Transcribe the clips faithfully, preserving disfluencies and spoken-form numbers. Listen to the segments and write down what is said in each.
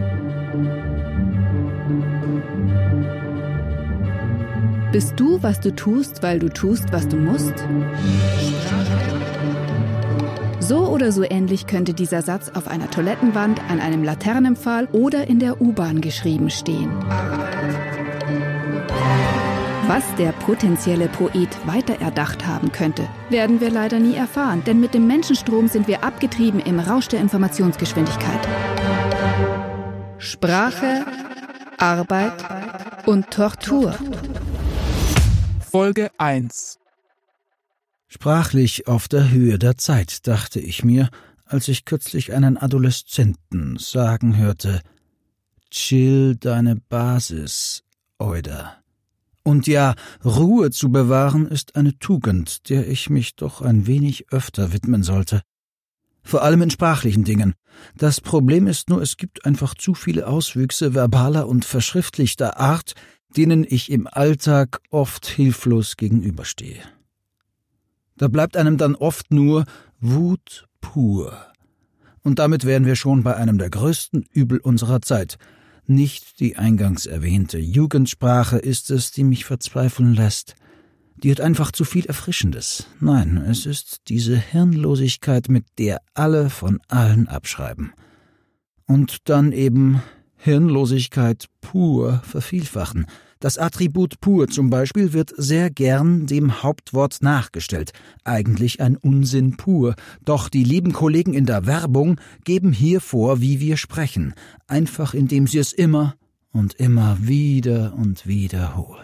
Bist du, was du tust, weil du tust, was du musst? So oder so ähnlich könnte dieser Satz auf einer Toilettenwand, an einem Laternenpfahl oder in der U-Bahn geschrieben stehen. Was der potenzielle Poet weiter erdacht haben könnte, werden wir leider nie erfahren, denn mit dem Menschenstrom sind wir abgetrieben im Rausch der Informationsgeschwindigkeit. Sprache, Arbeit und Tortur. Folge eins. Sprachlich auf der Höhe der Zeit, dachte ich mir, als ich kürzlich einen Adoleszenten sagen hörte: Chill deine Basis, Oida. Und ja, Ruhe zu bewahren ist eine Tugend, der ich mich doch ein wenig öfter widmen sollte. Vor allem in sprachlichen Dingen. Das Problem ist nur, es gibt einfach zu viele Auswüchse verbaler und verschriftlichter Art, denen ich im Alltag oft hilflos gegenüberstehe. Da bleibt einem dann oft nur Wut pur. Und damit wären wir schon bei einem der größten Übel unserer Zeit. Nicht die eingangs erwähnte Jugendsprache ist es, die mich verzweifeln lässt. Die hat einfach zu viel Erfrischendes. Nein, es ist diese Hirnlosigkeit, mit der alle von allen abschreiben. Und dann eben Hirnlosigkeit pur vervielfachen. Das Attribut pur zum Beispiel wird sehr gern dem Hauptwort nachgestellt. Eigentlich ein Unsinn pur. Doch die lieben Kollegen in der Werbung geben hier vor, wie wir sprechen. Einfach indem sie es immer und immer wieder und wiederholen.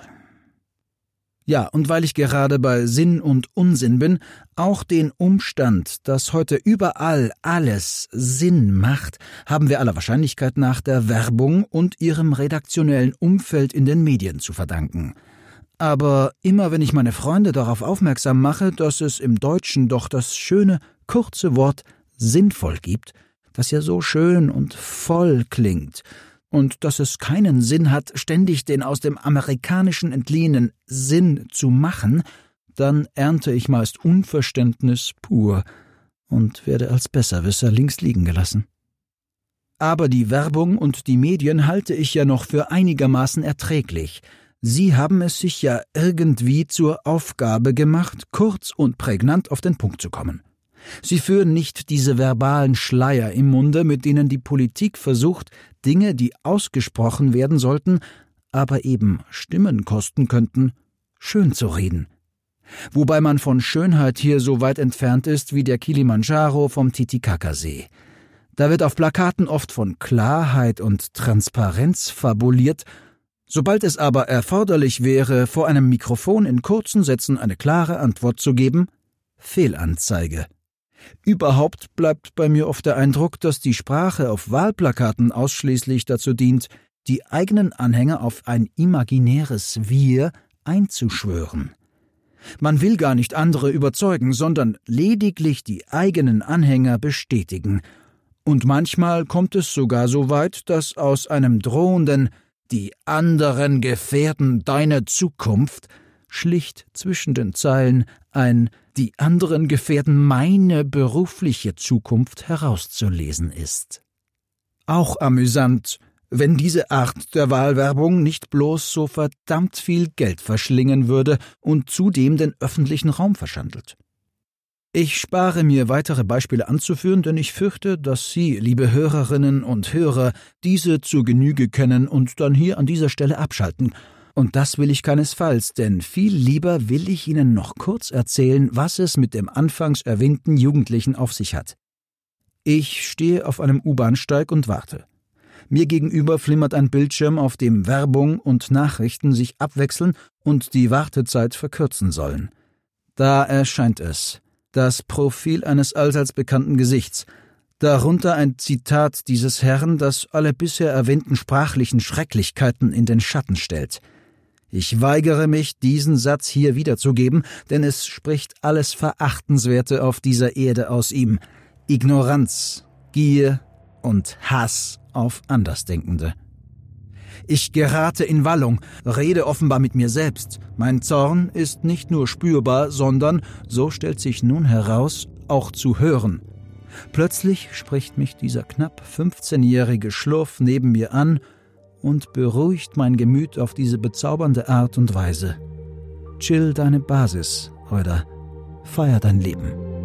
Ja, und weil ich gerade bei Sinn und Unsinn bin, auch den Umstand, dass heute überall alles Sinn macht, haben wir aller Wahrscheinlichkeit nach der Werbung und ihrem redaktionellen Umfeld in den Medien zu verdanken. Aber immer wenn ich meine Freunde darauf aufmerksam mache, dass es im Deutschen doch das schöne, kurze Wort sinnvoll gibt, das ja so schön und voll klingt, und dass es keinen Sinn hat, ständig den aus dem Amerikanischen entliehenen Sinn zu machen, dann ernte ich meist Unverständnis pur und werde als Besserwisser links liegen gelassen. Aber die Werbung und die Medien halte ich ja noch für einigermaßen erträglich. Sie haben es sich ja irgendwie zur Aufgabe gemacht, kurz und prägnant auf den Punkt zu kommen. Sie führen nicht diese verbalen Schleier im Munde, mit denen die Politik versucht, Dinge, die ausgesprochen werden sollten, aber eben Stimmen kosten könnten, schön zu reden. Wobei man von Schönheit hier so weit entfernt ist wie der Kilimanjaro vom Titicacasee. Da wird auf Plakaten oft von Klarheit und Transparenz fabuliert. Sobald es aber erforderlich wäre, vor einem Mikrofon in kurzen Sätzen eine klare Antwort zu geben, Fehlanzeige. Überhaupt bleibt bei mir oft der Eindruck, dass die Sprache auf Wahlplakaten ausschließlich dazu dient, die eigenen Anhänger auf ein imaginäres Wir einzuschwören. Man will gar nicht andere überzeugen, sondern lediglich die eigenen Anhänger bestätigen. Und manchmal kommt es sogar so weit, dass aus einem drohenden »Die anderen gefährden deine Zukunft« schlicht zwischen den Zeilen ein »Die anderen gefährden meine berufliche Zukunft« herauszulesen ist. Auch amüsant, wenn diese Art der Wahlwerbung nicht bloß so verdammt viel Geld verschlingen würde und zudem den öffentlichen Raum verschandelt. Ich spare mir weitere Beispiele anzuführen, denn ich fürchte, dass Sie, liebe Hörerinnen und Hörer, diese zur Genüge kennen und dann hier an dieser Stelle abschalten. Und das will ich keinesfalls, denn viel lieber will ich Ihnen noch kurz erzählen, was es mit dem anfangs erwähnten Jugendlichen auf sich hat. Ich stehe auf einem U-Bahnsteig und warte. Mir gegenüber flimmert ein Bildschirm, auf dem Werbung und Nachrichten sich abwechseln und die Wartezeit verkürzen sollen. Da erscheint es. Das Profil eines allseits bekannten Gesichts. Darunter ein Zitat dieses Herrn, das alle bisher erwähnten sprachlichen Schrecklichkeiten in den Schatten stellt. Ich weigere mich, diesen Satz hier wiederzugeben, denn es spricht alles Verachtenswerte auf dieser Erde aus ihm. Ignoranz, Gier und Hass auf Andersdenkende. Ich gerate in Wallung, rede offenbar mit mir selbst. Mein Zorn ist nicht nur spürbar, sondern, so stellt sich nun heraus, auch zu hören. Plötzlich spricht mich dieser knapp fünfzehnjährige Schlurf neben mir an und beruhigt mein Gemüt auf diese bezaubernde Art und Weise. Chill deine Basis, Euder. Feier dein Leben.